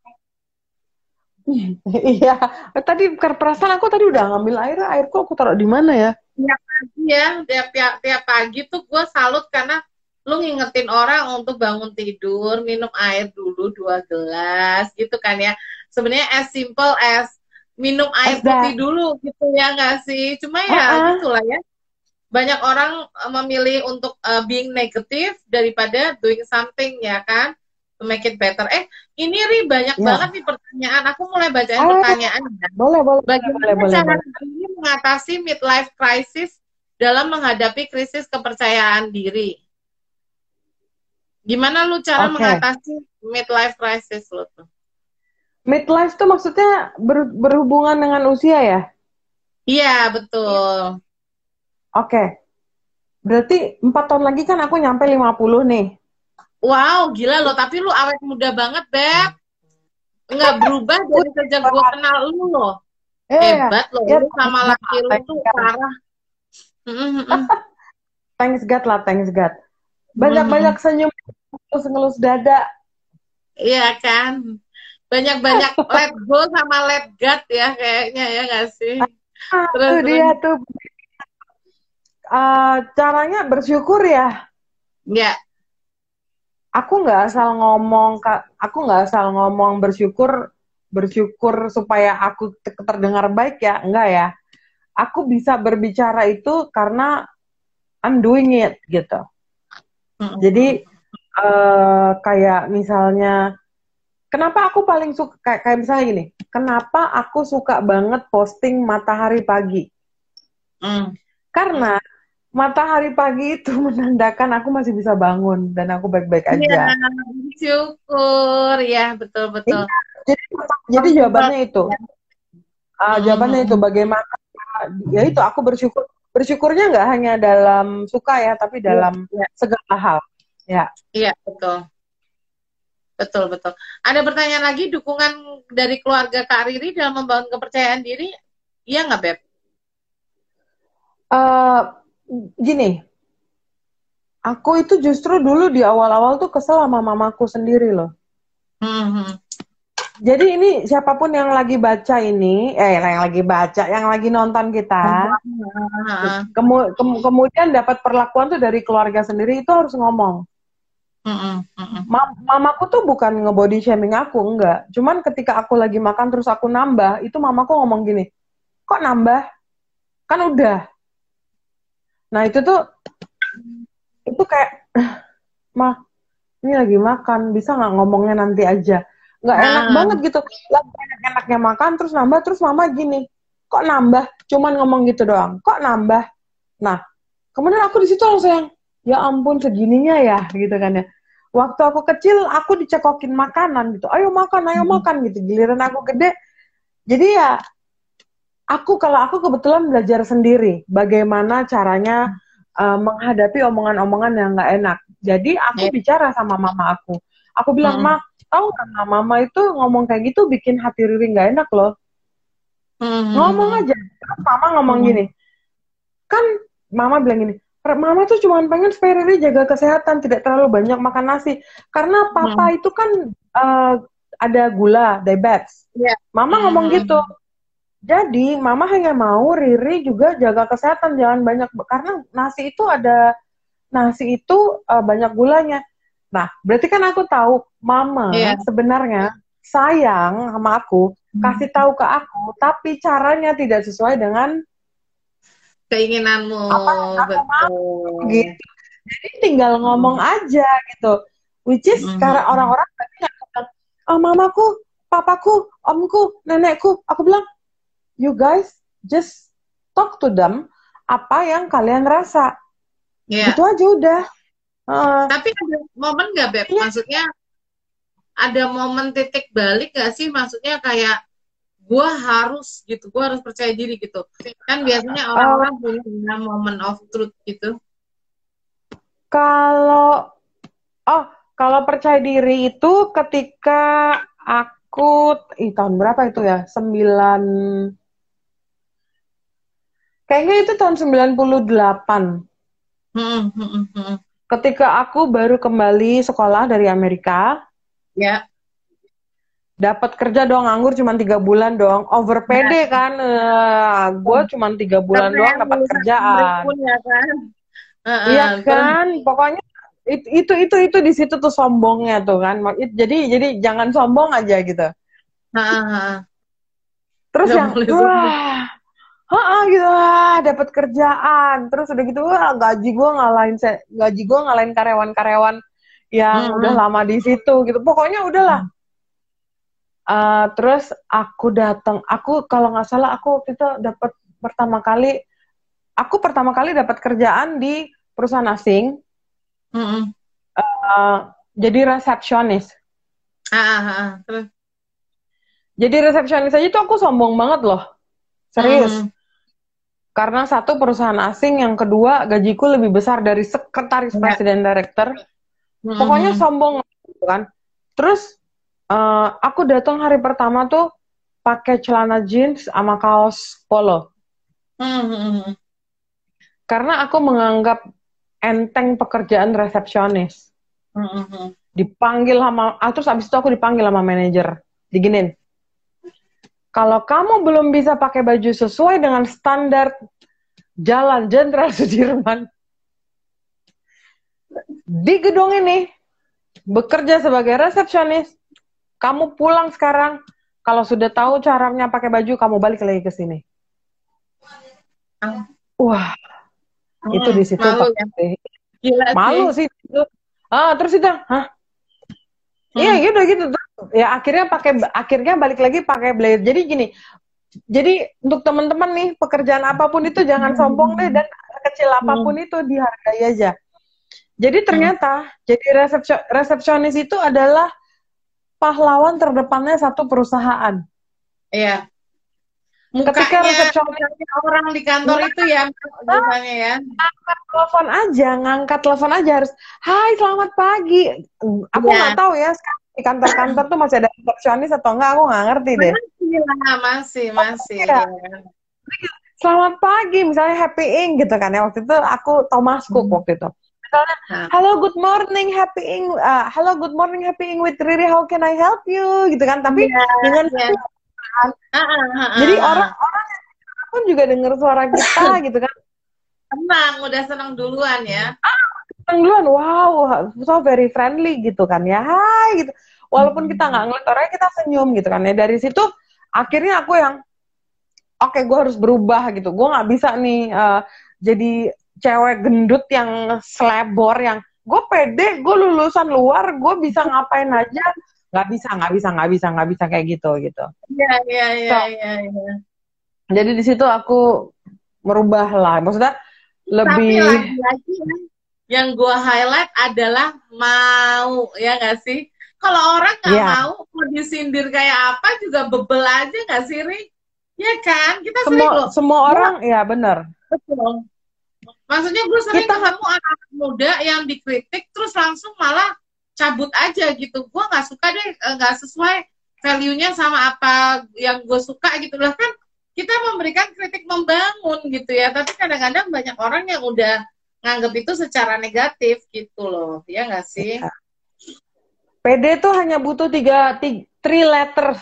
iya. Tadi perasaan aku tadi udah ngambil air, airku aku taruh di mana ya? Tiap pagi ya, tiap, tiap, tiap pagi tuh gue salut karena lu ngingetin orang untuk bangun tidur, minum air dulu dua gelas gitu kan ya. Sebenarnya as simple as minum air Es putih dah. dulu gitu ya nggak sih? Cuma ya Uh-uh. gitulah ya. Banyak orang eh, memilih untuk uh, being negatif daripada doing something ya kan? To make it better. Eh, ini Ri banyak banget Ya. nih pertanyaan. Aku mulai bacain Ah, pertanyaan ya. boleh, boleh, boleh, Bagaimana boleh, cara boleh. ini mengatasi midlife crisis dalam menghadapi krisis kepercayaan diri? Gimana lu cara Oke. Okay. mengatasi midlife crisis lu tuh? Midlife tuh maksudnya ber- berhubungan dengan usia ya? Iya, betul. Oke. Okay. Berarti empat tahun lagi kan aku nyampe lima puluh nih. Wow, gila lo. Tapi lu awet muda banget, Beb. Nggak berubah dari sejak gue kenal lu loh. Iya, Hebat loh. ya Lu thanks sama God, laki lu thanks tuh God. parah. Mm-mm-mm. Thanks God lah, thanks God. Mm-mm. Banyak-banyak senyum, ngelus-ngelus dada. Iya kan? Banyak-banyak let go sama let God ya kayaknya ya nggak sih? Ah, Terus, tuh terus. dia tuh. Uh, caranya bersyukur ya. Ya, Aku nggak asal ngomong, Kak. Aku nggak asal ngomong bersyukur, bersyukur supaya aku terdengar baik ya. Enggak ya. Aku bisa berbicara itu karena I'm doing it gitu. Jadi uh, kayak misalnya, kenapa aku paling suka kayak, kayak misalnya gini, kenapa aku suka banget posting matahari pagi? mm. Karena matahari pagi itu menandakan aku masih bisa bangun dan aku baik-baik Iya, aja. syukur ya betul-betul. Iya, jadi jadi Simple. jawabannya itu, uh, jawabannya itu Mm-mm. bagaimana? Ya itu aku bersyukur, bersyukurnya nggak hanya dalam suka ya, tapi Iya, dalam iya, segala hal. Ya. iya, betul, betul, betul. Ada pertanyaan lagi, dukungan dari keluarga Kak Riri dalam membangun kepercayaan diri, iya nggak Beb? Uh, gini, aku itu justru dulu di awal-awal tuh kesel sama mamaku sendiri loh. Mm-hmm. Jadi ini siapapun yang lagi baca ini, eh yang lagi baca, yang lagi nonton kita, kemu kemu kemudian dapat perlakuan tuh dari keluarga sendiri itu harus ngomong. Mm-mm, mm-mm. Ma mamaku tuh bukan nge-body shaming aku, enggak. Cuman ketika aku lagi makan terus aku nambah, itu mamaku ngomong gini, kok nambah? Kan udah. Nah itu tuh, itu kayak, mah, ini lagi makan, bisa nggak ngomongnya nanti aja? Nggak enak Nah, banget gitu. Lagi enak-enaknya makan, terus nambah, terus mama gini, kok nambah? Cuman ngomong gitu doang, kok nambah? Nah, kemudian aku di situ langsung yang, ya ampun segininya ya, gitu kan ya. Waktu aku kecil, aku dicekokin makanan gitu, ayo makan, ayo makan gitu. Giliran aku gede, jadi ya, aku kalau aku kebetulan belajar sendiri, bagaimana caranya uh, menghadapi omongan-omongan yang nggak enak. Jadi aku ya. bicara sama mama aku. Aku bilang, Mm-mm, Ma, tahu nggak Ma, mama itu ngomong kayak gitu bikin hati Riri nggak enak loh. Ngomong mm-mm, aja. Terus mama ngomong mm-mm, gini, kan mama bilang gini, mama tuh cuma pengen supaya Riri jaga kesehatan, tidak terlalu banyak makan nasi. Karena mm-mm. papa itu kan uh, ada gula, diabetes. Ya. Mama ngomong gitu. Mm-mm. Jadi mama hanya mau Riri juga jaga kesehatan, jangan banyak, karena nasi itu ada nasi itu uh, banyak gulanya. Nah, berarti kan aku tahu mama Iya. sebenarnya sayang sama aku, kasih tahu ke aku, tapi caranya tidak sesuai dengan Keinginanmu, apa yang aku mau betul. gitu. Jadi tinggal ngomong Mm-mm, aja gitu. Which is sekarang mm-mm. orang-orang tadi nggak bilang, oh, mamaku, papaku, omku, nenekku. Aku bilang, you guys just talk to them apa yang kalian rasa. Iya. Gitu aja udah. Uh, Tapi ada momen nggak, Beb? Maksudnya ada momen titik balik nggak sih? Maksudnya kayak gue harus gitu, gue harus percaya diri gitu. Kan biasanya uh, orang-orang punya momen of truth gitu. kalau oh kalau percaya diri itu ketika aku ih, tahun berapa itu ya? Sembilan kayaknya itu tahun sembilan puluh delapan. Hmm, hmm, hmm, hmm. Ketika aku baru kembali sekolah dari Amerika, Ya. dapat kerja doang, nganggur cuma tiga bulan doang, over Nah, pede kan, uh, gue cuma tiga bulan doang keren dapat lulusan Amrik kerjaan. pun ya kan. Heeh, Iya terus kan, pokoknya itu itu itu itu di situ tuh sombongnya tuh kan. Jadi jadi jangan sombong aja gitu. heeh, heeh. Terus Nggak yang boleh sombong. wah, ah gitu lah, dapat kerjaan. Terus udah gitu wah, gaji gue ngalahin se- gaji gue ngalahin karyawan-karyawan yang Hmm, udah hmm. lama di situ gitu. Pokoknya udahlah. Uh, terus aku datang, aku kalau nggak salah aku waktu itu dapat pertama kali, aku pertama kali dapat kerjaan di perusahaan asing, Hmm, hmm. uh, jadi resepsionis. Ah, ah, ah. Terus. Jadi resepsionis aja tuh aku sombong banget loh, serius. Hmm, Karena satu perusahaan asing, yang kedua gajiku lebih besar dari sekretaris hmm. Ya. presiden director. Hmm, Pokoknya hmm. sombong gitu kan. Terus uh, aku datang hari pertama tuh pakai celana jeans sama kaos polo. Hmm, hmm, hmm. Karena aku menganggap enteng pekerjaan resepsionis. Hmm, hmm, hmm. Dipanggil sama, ah, terus abis itu aku dipanggil sama manajer. Diginin, kalau kamu belum bisa pakai baju sesuai dengan standar Jalan Jenderal Sudirman di gedung ini, bekerja sebagai resepsionis, kamu pulang sekarang. Kalau sudah tahu caranya pakai baju, kamu balik lagi ke sini. Ah. Wah, Hmm, itu di situ malu ya. pasti Gila malu sih. sih. Ah, terus itu, hah? Iya Hmm. gitu gitu. Ya akhirnya pakai, akhirnya balik lagi pakai blazer. Jadi gini, jadi untuk teman-teman nih, pekerjaan apapun itu jangan sombong deh, dan kecil apapun Hmm. itu dihargai aja. Jadi Hmm. ternyata jadi resepsio, resepsionis itu adalah pahlawan terdepannya satu perusahaan. Iya. Ketika Mukanya, resepsionis, mukanya orang di kantor nah, itu ya, biasanya ya. ngangkat telepon aja, ngangkat telepon aja harus, hai selamat pagi. Aku Iya. nggak tahu ya sekarang di kantor-kantor tuh masih ada resepsionis atau enggak, aku nggak ngerti deh. Masih lah, masih, masih. Ya, Ya. selamat pagi, misalnya Happy Ink gitu kan ya. Waktu itu aku Thomas Cook Hmm. waktu itu. Misalnya, Nah, hello, good morning, happy ing, uh, hello, good morning, happy ing with Riri, how can I help you? Gitu kan, tapi iya, dengan iya. kan. Ah, ah, ah, Jadi ah. orang-orang pun juga dengar suara kita gitu kan. Senang, udah senang duluan ya. Seneng duluan, wow, so very friendly gitu kan ya, hai gitu. Walaupun kita nggak ngeliat orangnya, kita senyum gitu kan ya. Dari situ akhirnya aku yang, oke, okay, gue harus berubah gitu. Gue nggak bisa nih uh, jadi cewek gendut yang selebor, yang gue pede, gue lulusan luar, gue bisa ngapain aja. Nggak bisa, nggak bisa, nggak bisa, nggak bisa kayak gitu gitu. Iya, iya, iya, So, iya, iya. jadi di situ aku merubah lah. Maksudnya Tapi lebih, lagi-lagi ya, yang gue highlight adalah mau, ya nggak sih? Kalau orang nggak ya, mau, mau disindir kayak apa juga bebel aja nggak sih, Ri? Ya kan? Kita sering semua loh. semua Gua, orang, ya benar. betul. Maksudnya gue sering Kita ketemu anak muda yang dikritik terus langsung malah cabut aja gitu. Gue nggak suka deh, eh, nggak sesuai value-nya sama apa yang gue suka gitu lah kan. Kita memberikan kritik membangun gitu ya, tapi kadang-kadang banyak orang yang udah nganggap itu secara negatif gitu loh, ya nggak sih? P D tuh hanya butuh tiga, tiga three letters.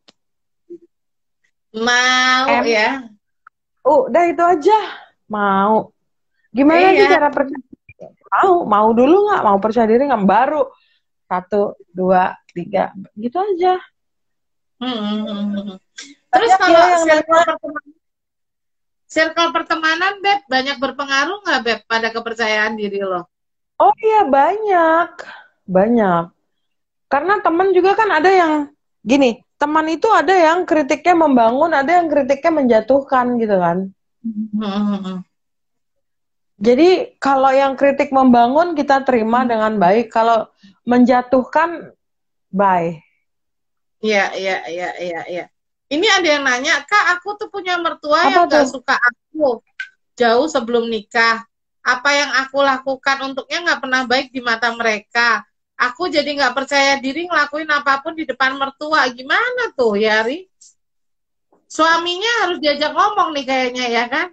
Mau M, ya. oh, udah itu aja. Mau. Gimana sih Iya. cara percaya? Mau, mau dulu nggak? Mau percaya diri nggak? Baru satu, dua, tiga, gitu aja. Hmm, hmm, hmm, hmm. Terus Banyak kalau ya yang circle nanya, pertemanan, circle pertemanan, Beb, banyak berpengaruh nggak, Beb, pada kepercayaan diri lo? oh iya banyak, banyak. Karena teman juga kan ada yang gini, teman itu ada yang kritiknya membangun, ada yang kritiknya menjatuhkan gitu kan. Hmm, hmm, hmm. Jadi kalau yang kritik membangun kita terima dengan baik, kalau menjatuhkan bye. Iya, iya, iya, iya, iya. Ini ada yang nanya, Kak, aku tuh punya mertua Apa yang tuh? nggak suka aku jauh sebelum nikah. Apa yang aku lakukan untuknya nggak pernah baik di mata mereka. Aku jadi nggak percaya diri ngelakuin apapun di depan mertua. Gimana tuh, Yari? Suaminya harus diajak ngomong nih kayaknya ya kan?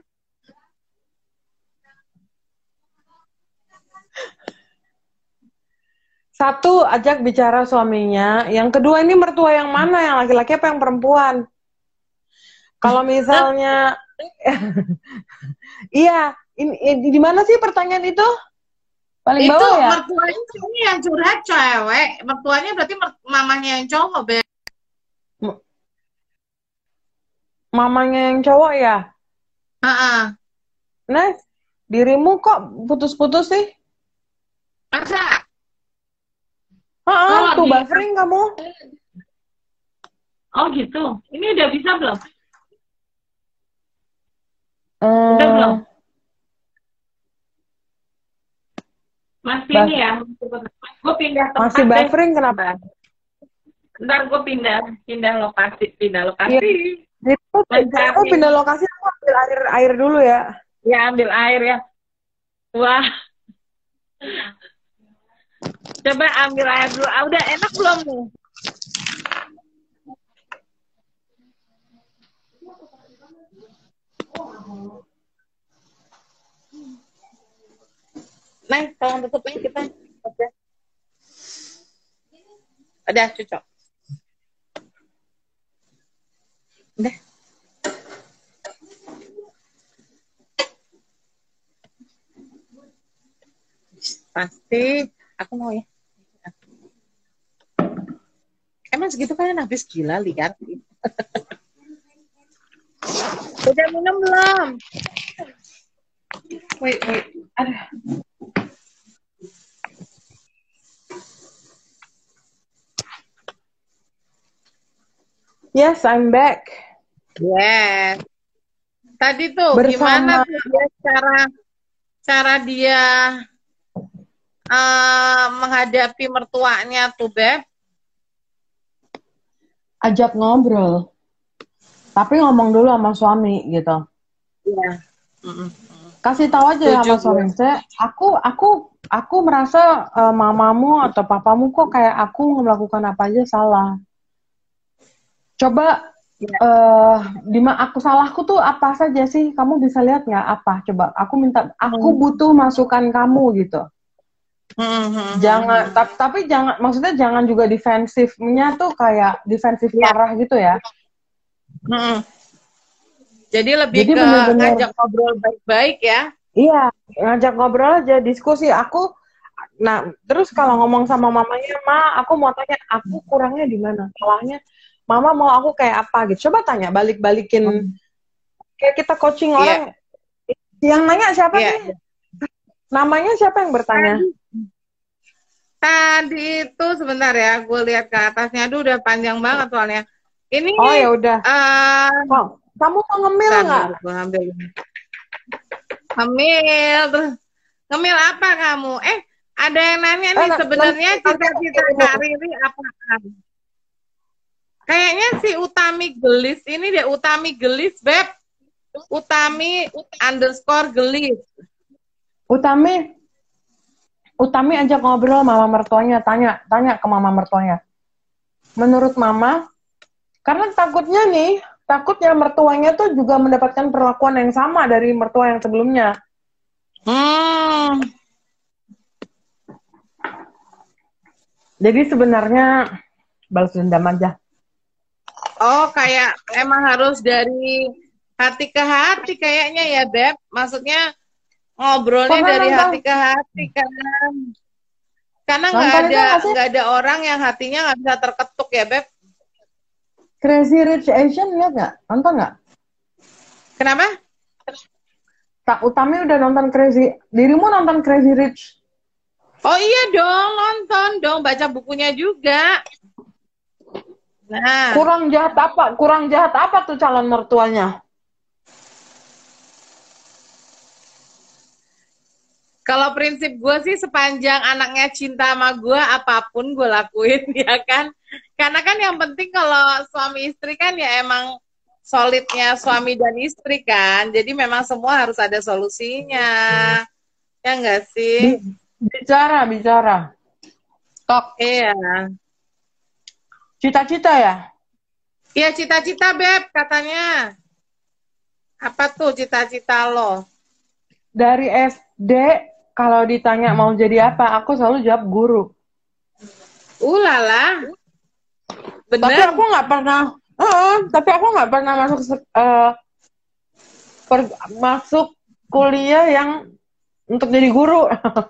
Satu, ajak bicara suaminya. Yang kedua, ini mertua yang mana? Yang laki-laki apa yang perempuan? Kalau misalnya, iya, ini, ini di mana sih pertanyaan itu? Paling Itu bawah ya? mertuanya ini yang curhat cewek. Mertuanya berarti mer mamanya yang cowok, Be. M- Mamanya yang cowok ya? Heeh. Nah, dirimu kok putus-putus sih? Masa? Heeh, Kalau tuh di buffering kamu. Oh gitu. Ini udah bisa belum? Udah belum? Hmm, Masih bas- ini ya. Gue pindah tempat masih deh. buffering kenapa? Ntar gue pindah, pindah lokasi, pindah Iya. lokasi. Jadi aku Mencari. pindah lokasi, aku ambil air air dulu ya. Ya ambil air ya. Wah, coba ambil air dulu. Ah, udah enak belum nih? Nah, tolong tutupin kita. Oke. Udah, cocok. Udah. Pasti aku mau ya. Emang segitu kan habis gila liar. Udah minum belum? Wait, wait. Aduh. Yes, I'm back. Yes. Tadi tuh Bersama gimana tuh dia cara cara dia uh, menghadapi mertuanya tuh, Beb? ajak ngobrol. Tapi ngomong dulu sama suami gitu. Iya. Mm-mm. Kasih tahu aja ya sama Setuju suami gue. saya, aku aku aku merasa uh, mamamu atau papamu kok kayak aku melakukan apa aja salah. Coba Ya. uh, di aku salahku tuh apa saja sih? Kamu bisa lihat nggak apa? Coba aku minta, aku Hmm. butuh masukan kamu gitu. Hmm. Jangan, tapi, tapi jangan, maksudnya jangan juga defensifnya tuh kayak defensif Ya. parah gitu ya. Hmm. Jadi lebih Jadi ke bener-bener, ngajak ngobrol baik-baik ya. iya, ngajak ngobrol aja, diskusi. Aku, nah, terus kalau ngomong sama mamanya, Ma, aku mau tanya, aku kurangnya di mana? Salahnya, Mama mau aku kayak apa gitu. Coba tanya, balik-balikin. Hmm. Kayak kita coaching Iya, orang, yang nanya siapa iya. sih? Namanya siapa yang bertanya? Tadi, tadi itu sebentar ya, gue lihat ke atasnya, aduh udah panjang banget soalnya. Ini, Oh ya udah. eh Oh, kamu mau ngemil bentar nggak? dulu, gue ambil. Ngemil, terus ngemil apa kamu? Eh, ada yang nanya Eh, nih, nanti, sebenarnya nanti cita-cita aku Kak minum. Riri apaan? Kayaknya si Utami Gelis ini deh, Utami Gelis, Beb. Utami underscore Gelis. Utami, Utami ajak ngobrol mama mertuanya, tanya, tanya ke mama mertuanya. Menurut mama, karena takutnya nih, takutnya mertuanya tuh juga mendapatkan perlakuan yang sama dari mertua yang sebelumnya. Hmm. Jadi sebenarnya balas dendam aja. Oh, kayak emang harus dari hati ke hati kayaknya ya, Beb. Maksudnya ngobrolnya Pernah dari nonton, hati ke hati kan. Karena nggak nonton itu ada nggak sih? nggak ada orang yang hatinya nggak bisa terketuk ya, Beb. Crazy Rich Asian, lihat nggak? Nonton nggak? Kenapa? Tak, Utami udah nonton Crazy. Dirimu nonton Crazy Rich? Oh iya dong, nonton dong, baca bukunya juga. Nah, Kurang jahat apa? Kurang jahat apa tuh calon mertuanya? kalau prinsip gue sih sepanjang anaknya cinta sama gue, apapun gue lakuin ya kan. Karena kan yang penting kalau suami istri kan ya emang solidnya suami dan istri kan. Jadi memang semua harus ada solusinya. Ya enggak sih? Bi- Bicara, bicara. Tok, Iya. cita-cita ya? Iya cita-cita Beb katanya. Apa tuh cita-cita lo? Dari S D, kalau ditanya mau jadi apa, aku selalu jawab guru. Ulala. Tapi Bener? aku nggak pernah, eh, tapi aku nggak pernah masuk se- eh, per- masuk kuliah yang untuk jadi guru.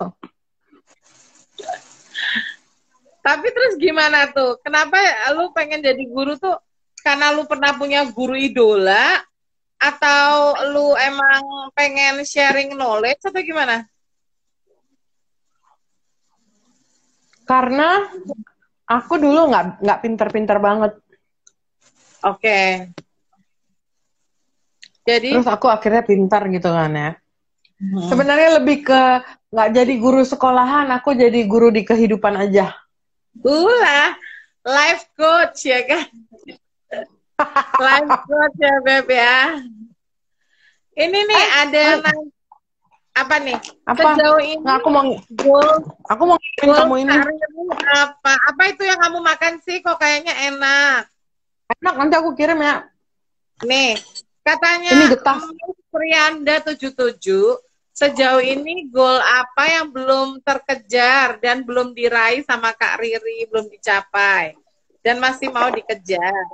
Tapi terus gimana tuh? Kenapa lu pengen jadi guru tuh? Karena lu pernah punya guru idola? Atau lu emang pengen sharing knowledge atau gimana? Karena aku dulu nggak nggak pinter-pinter banget. Oke. Jadi, Terus aku akhirnya pintar gitu kan ya. hmm. Sebenarnya lebih ke nggak jadi guru sekolahan, aku jadi guru di kehidupan aja. Ulah, life coach ya kan? Life coach ya Beb ya. Ini nih Eh, ada eh, nang- apa nih? apa? Sejauh ini Nggak, aku mau goal aku mau ngirim goal kamu ini. karir lu apa? Apa itu yang kamu makan sih? Kok kayaknya enak. Enak, nanti aku kirim ya. Nih, katanya Ini getah. Miss Prianda tujuh puluh tujuh, sejauh ini goal apa yang belum terkejar dan belum diraih sama Kak Riri, belum dicapai dan masih mau dikejar?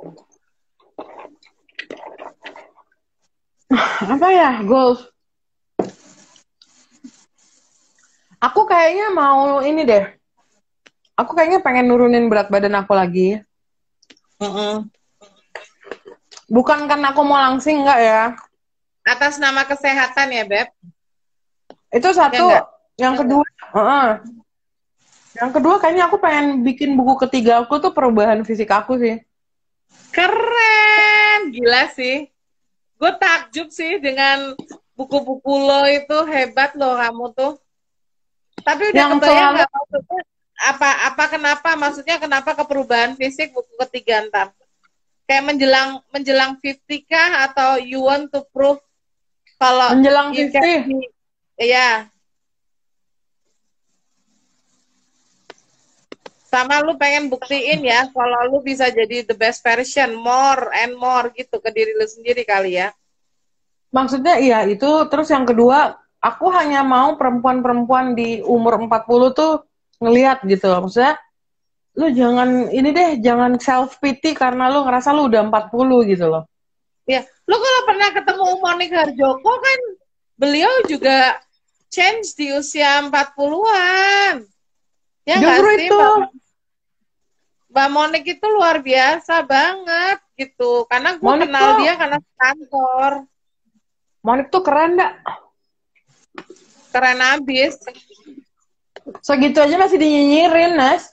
Apa ya, goals? Aku kayaknya mau ini deh. Aku kayaknya pengen nurunin berat badan aku lagi. Mm-mm. Bukan karena aku mau langsing, enggak ya. Atas nama kesehatan ya, Beb? Itu Ya satu. enggak? Yang kedua, uh-uh. Yang kedua kayaknya aku pengen bikin buku ketiga aku tuh perubahan fisik aku sih. Keren, gila sih. Gue takjub sih dengan buku-buku lo itu, hebat lo kamu tuh. Tapi udah Yang kebayang selalu nggak maksudnya apa apa kenapa maksudnya kenapa ke perubahan fisik buku ketiga ntar? Kayak menjelang menjelang lima puluh kah atau you want to prove kalau menjelang you can lima puluh. be, ya sama lu pengen buktiin ya kalau lu bisa jadi the best version, more and more gitu ke diri lu sendiri kali ya. Maksudnya iya itu, terus yang kedua aku hanya mau perempuan-perempuan di umur empat puluh tuh ngelihat gitu loh. Maksudnya, lu jangan, ini deh, jangan self-pity karena lu ngerasa lu udah empat puluh gitu loh. Ya, lu kalau pernah ketemu Monik Harjoko kan, beliau juga change di usia empat puluhan. Ya nggak Justru sih, itu. Mbak? Mbak Monik itu luar biasa banget gitu. Karena gue Monik kenal tuh, dia karena kantor. Monik tuh keren dah. Keren abis. Segitu aja masih dinyinyirin, Nas.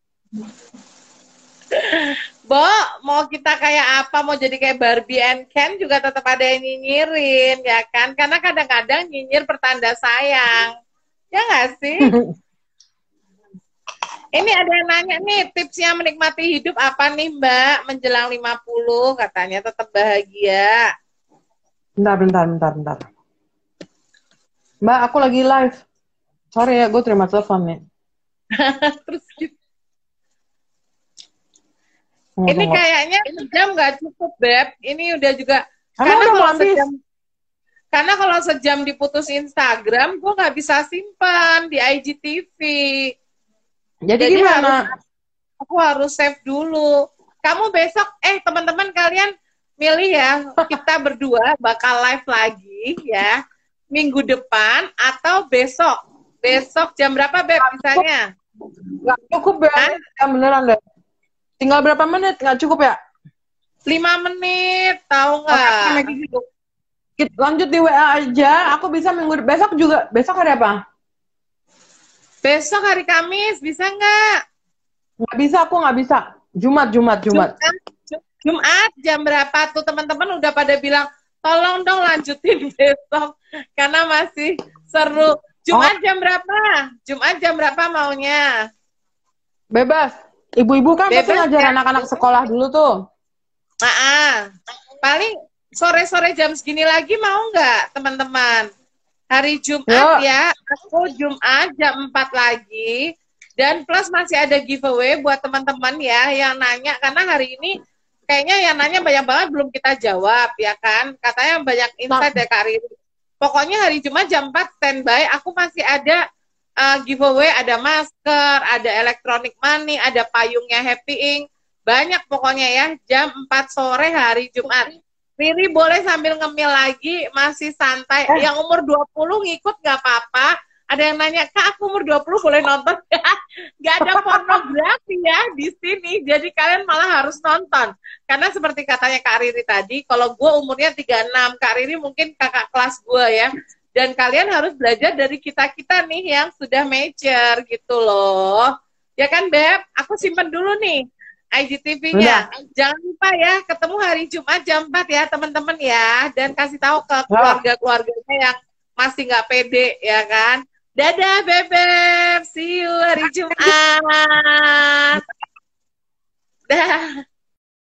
Bo, mau kita kayak apa, mau jadi kayak Barbie and Ken juga tetap ada yang nyinyirin, ya kan? Karena kadang-kadang nyinyir pertanda sayang. Ya nggak sih? Ini ada yang nanya nih, tipsnya menikmati hidup apa nih Mbak? Menjelang lima puluh katanya tetap bahagia. Bentar, bentar, bentar, bentar. Mbak, aku lagi live. Sorry ya, gue terima telepon nih. Terus gitu. Ini kayaknya sejam nggak cukup, Beb. Ini udah juga. Emang Karena udah mau kalau habis? sejam, karena kalau sejam diputus Instagram, gue nggak bisa simpan di I G T V. Jadi, Jadi gimana? harus, aku harus save dulu. Kamu besok, eh teman-teman kalian milih ya, kita berdua bakal live lagi ya, minggu depan atau besok. Besok jam berapa, Beb, misalnya? Gak cukup ya, ya beneran deh. Tinggal berapa menit, gak cukup ya? Lima menit, tahu nggak? Kita lanjut di W A aja, aku bisa minggu besok juga. Besok hari apa? Besok hari Kamis, bisa nggak? Nggak bisa, aku nggak bisa. Jumat, Jumat, Jumat. Jumat, Jumat jam berapa tuh teman-teman udah pada bilang, tolong dong lanjutin besok, karena masih seru. Jumat Oh. jam berapa? Jumat jam berapa maunya? Bebas. Ibu-ibu kan pasti Bebas, ngajar ya? anak-anak sekolah dulu tuh. Nah, paling sore-sore jam segini lagi mau nggak teman-teman? Hari Jumat Yuk. ya, aku Jumat jam empat lagi. Dan plus masih ada giveaway buat teman-teman ya yang nanya. Karena hari ini kayaknya yang nanya banyak banget belum kita jawab ya kan. Katanya banyak insight ya Kak Riri. Pokoknya hari Jumat jam empat standby, aku masih ada uh, giveaway, ada masker, ada electronic money, ada payungnya Happy Ink. Banyak pokoknya ya, jam empat sore hari Jumat. Riri boleh sambil ngemil lagi, masih santai. Eh. Yang umur dua puluh ngikut nggak apa-apa. Ada yang nanya, Kak, aku umur dua puluh boleh nonton? Nggak ada pornografi ya di sini. Jadi kalian malah harus nonton. Karena seperti katanya Kak Riri tadi, kalau gue umurnya tiga puluh enam, Kak Riri mungkin kakak kelas gue ya. Dan kalian harus belajar dari kita-kita nih yang sudah mature gitu loh. Ya kan, Beb? Aku simpen dulu nih I G T V-nya. Jangan lupa ya, ketemu hari Jumat jam empat ya, teman-teman ya. Dan kasih tahu ke keluarga-keluarganya yang masih nggak pede, ya kan. Dadah, Bebek. See you hari Jumat. Dah.